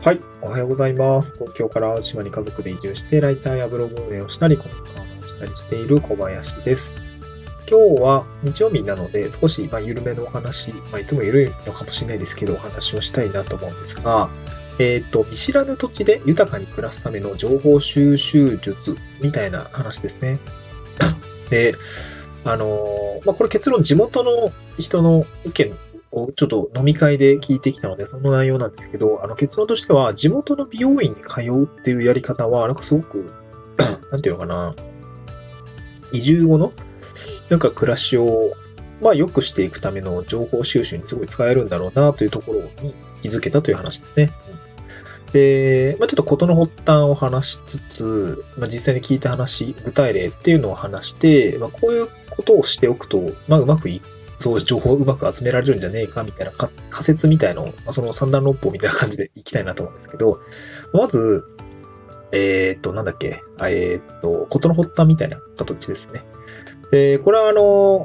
はい、おはようございます。東京から島に家族で移住して、ライターやブログ運営をしたり、コミックをしたりしている小林です。今日は日曜日なので、少し緩めのお話、いつも緩いのかもしれないですけど、お話をしたいなと思うんですが、見知らぬ土地で豊かに暮らすための情報収集術みたいな話ですね。で、これ結論地元の人の意見をちょっと飲み会で聞いてきたので、その内容なんですけど、結論としては、地元の美容院に通うっていうやり方は、なんかすごく、なんていうのかな、移住後の、なんか暮らしを、良くしていくための情報収集にすごい使えるんだろうなというところに気づけたという話ですね。で、ちょっと事の発端を話しつつ、実際に聞いた話、具体例っていうのを話して、こういうことをしておくと、うまくそう情報をうまく集められるんじゃねえかみたいな仮説みたいのを、その三段論法みたいな感じでいきたいなと思うんですけど、まず、なんだっけ、事の発端みたいな形ですね。で、これは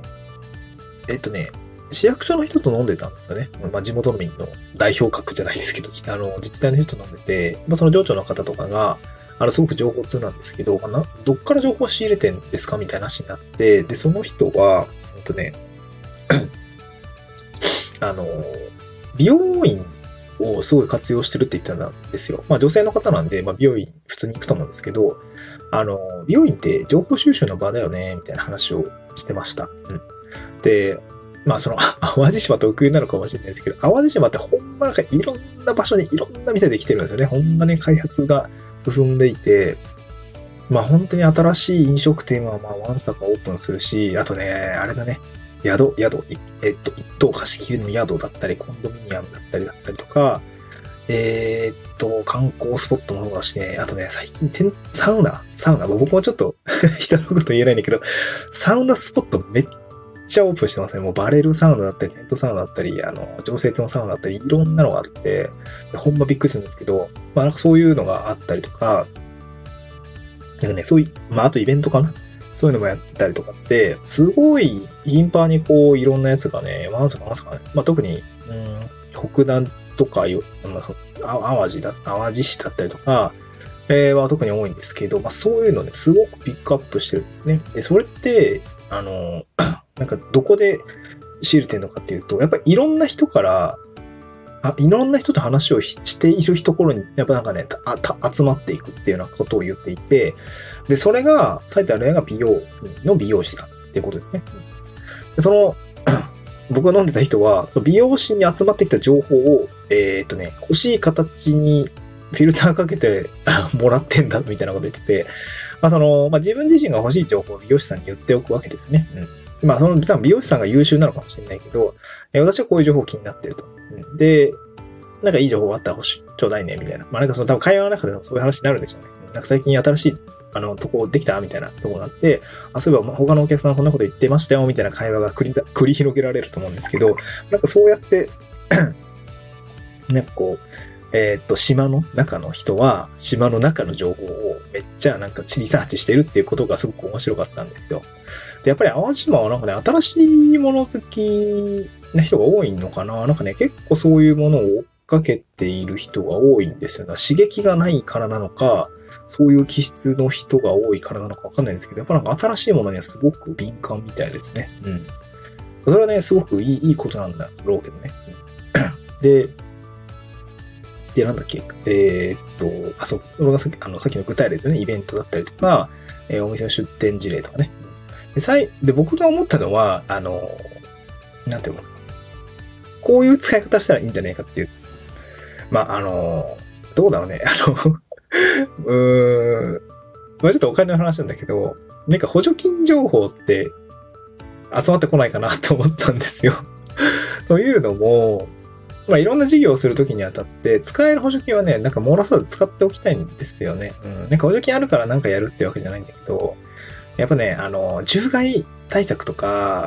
市役所の人と飲んでたんですよね。地元民の代表格じゃないですけど、自治体の人と飲んでて、その町長の方とかが、すごく情報通なんですけど、どっから情報を仕入れてんですかみたいな話になって、で、その人は、美容院をすごい活用してるって言ったんですよ。女性の方なんで、美容院普通に行くと思うんですけど、美容院って情報収集の場だよね、みたいな話をしてました。で、その、淡路島特有なのかもしれないですけど、淡路島ってほんまなんかいろんな場所にいろんな店できてるんですよね。ほんまに開発が進んでいて、本当に新しい飲食店はワンスタかオープンするし、あとね、あれだね、一棟貸し切りの宿だったり、コンドミニアムだったりとか、観光スポットもそうだしね、あとね、最近サウナ、僕もちょっと人のこと言えないんだけど、サウナスポットめっちゃオープンしてますね。もうバレルサウナだったり、テントサウナだったり、常設のサウナだったり、いろんなのがあって、ほんまびっくりするんですけど、なんかそういうのがあったりとか、なんかね、そういう、あとイベントかな、そういうのもやってたりとかって、すごい頻繁にいろんなやつがね、ワンサかね、特に、北南とか淡路市だったりとか、は特に多いんですけど、そういうのね、すごくピックアップしてるんですね。で、それって、なんかどこで仕入れてるのかっていうと、やっぱりいろんな人と話をしているところに、やっぱなんかね、集まっていくっていうようなことを言っていて、で、それが、最たる例が美容院の美容師さんっていうことですね。で、僕が飲んでた人は、その美容師に集まってきた情報を、欲しい形にフィルターかけてもらってんだ、みたいなこと言ってて、自分自身が欲しい情報を美容師さんに言っておくわけですね。多分美容師さんが優秀なのかもしれないけど、私はこういう情報気になってると。で、なんかいい情報あったらちょうだいね、みたいな。なんか多分会話の中でもそういう話になるんでしょうね。なんか最近新しい、とこできたみたいなとこがあって、そういえば他のお客さんこんなこと言ってましたよ、みたいな会話が繰り広げられると思うんですけど、なんかそうやって、なんか島の中の人は、島の中の情報をめっちゃなんかリサーチしてるっていうことがすごく面白かったんですよ。で、やっぱり淡路島はなんかね、新しいもの好きな人が多いのかな。なんかね、結構そういうものを追っかけている人が多いんですよね。刺激がないからなのか、そういう気質の人が多いからなのかわかんないんですけど、やっぱなんか新しいものにはすごく敏感みたいですね。それはね、すごくいいことなんだろうけどね。で、なんだっけ、それがさっきの具体例ですよね。イベントだったりとか、お店の出店事例とかね。で、僕が思ったのは、なんていうの、こういう使い方したらいいんじゃねえかっていう。どうだろうね。ちょっとお金の話なんだけど、なんか補助金情報って集まってこないかなと思ったんですよ。というのも、いろんな事業をするときにあたって、使える補助金はね、なんか漏らさず使っておきたいんですよね。なんか補助金あるからなんかやるってわけじゃないんだけど、やっぱね、獣害対策とか、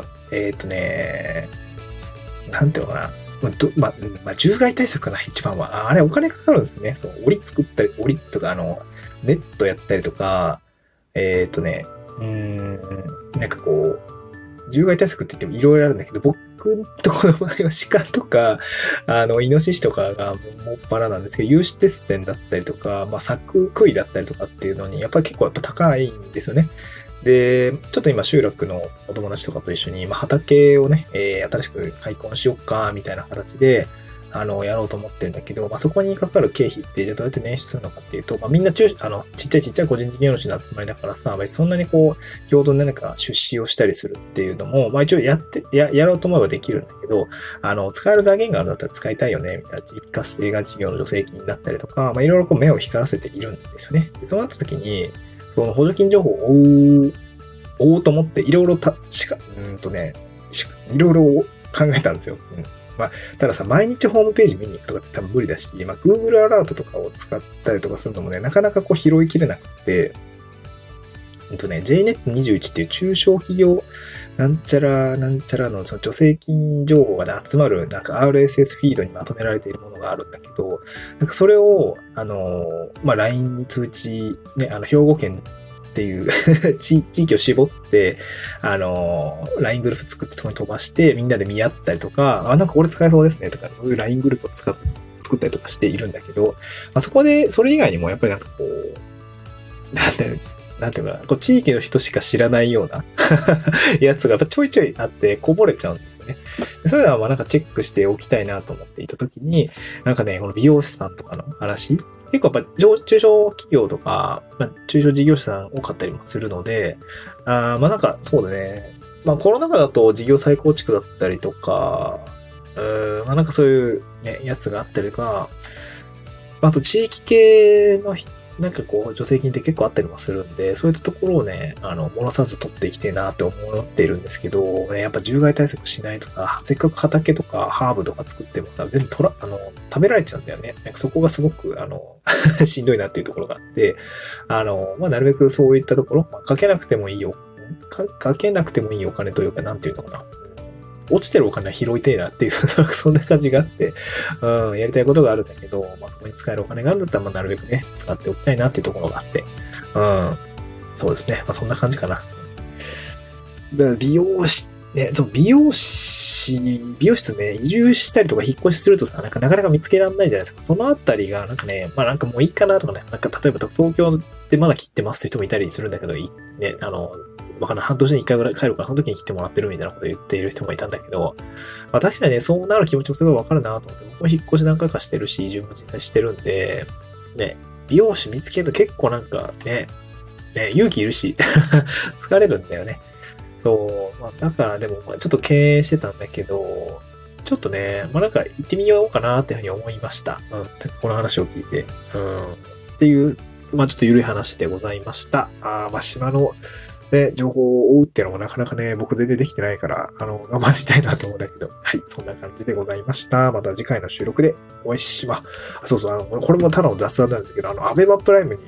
なんていうのかな。獣害対策かな、一番は。あれお金かかるんですね。そう、檻作ったり、檻とか、ネットやったりとか、なんか獣害対策って言ってもいろいろあるんだけど、僕とこの場合は鹿とか、イノシシとかがもっぱらなんですけど、有刺鉄線だったりとか、まあ、柵杭だったりとかっていうのに、やっぱり結構高いんですよね。で、ちょっと今集落のお友達とかと一緒に、まあ、畑をね、新しく開墾しよっか、みたいな形で、やろうと思ってるんだけど、まあ、そこにかかる経費って、じゃあどうやって捻出するのかっていうと、まあ、みんなちっちゃい個人事業主の集まりだからさ、そんなにこう、共同で何か出資をしたりするっていうのも、まあ、一応やろうと思えばできるんだけど、使える財源があるんだったら使いたいよね、みたいな地域活性化事業の助成金だったりとか、まあ、いろいろこう目を光らせているんですよね。でそうなった時に、その補助金情報を追おうと思って、いろいろいろいろ考えたんですよ。まあ、たださ、毎日ホームページ見に行くとかって多分無理だし、まあ、Google アラートとかを使ったりとかするのもね、なかなかこう拾いきれなくて、JNET21 っていう中小企業なんちゃらのその助成金情報が、ね、集まるなんか RSS フィードにまとめられているものがあるんだけど、なんかそれを、まあ、LINE に通知、ね、兵庫県っていう地域を絞って、LINE グループ作ってそこに飛ばして、みんなで見合ったりとか、なんかこれ使えそうですねとか、そういう LINE グループを作ったりとかしているんだけど、まあ、そこで、それ以外にもやっぱりなんかこう、なんていうかな、こう地域の人しか知らないようなやつがやっぱちょいちょいあってこぼれちゃうんですよね。そういうのはまあなんかチェックしておきたいなと思っていたときに、なんかね、この美容師さんとかの話、結構やっぱ中小企業とか、まあ、中小事業者さん多かったりもするので、まあなんかそうだね、まあコロナ禍だと事業再構築だったりとか、まあなんかそういうね、やつがあったりとか、あと地域系のなんかこう、助成金って結構あったりもするんで、そういったところをね、漏らさず取っていきたいなって思っているんですけど、ね、やっぱ獣害対策しないとさ、せっかく畑とかハーブとか作ってもさ、全部食べられちゃうんだよね。なんかそこがすごく、しんどいなっていうところがあって、まあ、なるべくそういったところ、まあ、かけなくてもいいお金というか、なんていうのかな。落ちてるお金は拾いてえなっていう、そんな感じがあって、やりたいことがあるんだけど、まあ、そこに使えるお金があるんだったら、まあ、なるべくね、使っておきたいなっていうところがあって、そうですね。まあ、そんな感じかな。だから美容室ね、移住したりとか引っ越しするとさ、なかなか見つけられないじゃないですか。そのあたりが、なんかね、まあなんかもういいかなとかね、なんか例えば東京でまだ切ってますって人もいたりするんだけど、ね、わかんない。半年に一回ぐらい帰るから、その時に来てもらってるみたいなことを言っている人もいたんだけど、まあ確かにね、そうなる気持ちもすごいわかるなと思って、僕も引っ越し何回かしてるし、移住も実際してるんで、ね、美容師見つけると結構なんかね、勇気いるし、疲れるんだよね。そう。まあだからでも、ちょっと敬遠してたんだけど、ちょっとね、まあなんか行ってみようかなっていうふうに思いました。この話を聞いて。っていう、まあちょっと緩い話でございました。まあ島の、ね、情報を追うっていうのもなかなかね、僕全然できてないから、頑張りたいなと思うんだけど、はい、そんな感じでございました。また次回の収録でお会いしま。そうそう、これもただの雑談なんですけど、アベマプライムに、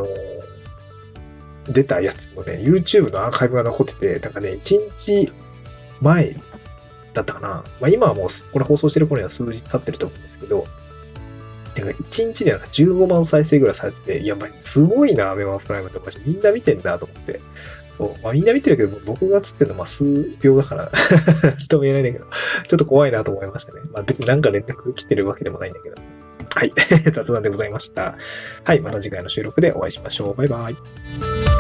出たやつのね、YouTube のアーカイブが残ってて、なんかね、1日前だったかな。まあ今はもう、これ放送してる頃には数日経ってると思うんですけど、なんか1日でなんか15万再生ぐらいされてて、いや、まあ、すごいな、アベマプライムとか、みんな見てんだと思って。そう。まあみんな見てるけど、僕が映ってるのは数秒だから、とも言えないんだけど、ちょっと怖いなと思いましたね。まあ別になんか連絡来てるわけでもないんだけど。はい。雑談でございました。はい。また次回の収録でお会いしましょう。バイバイ。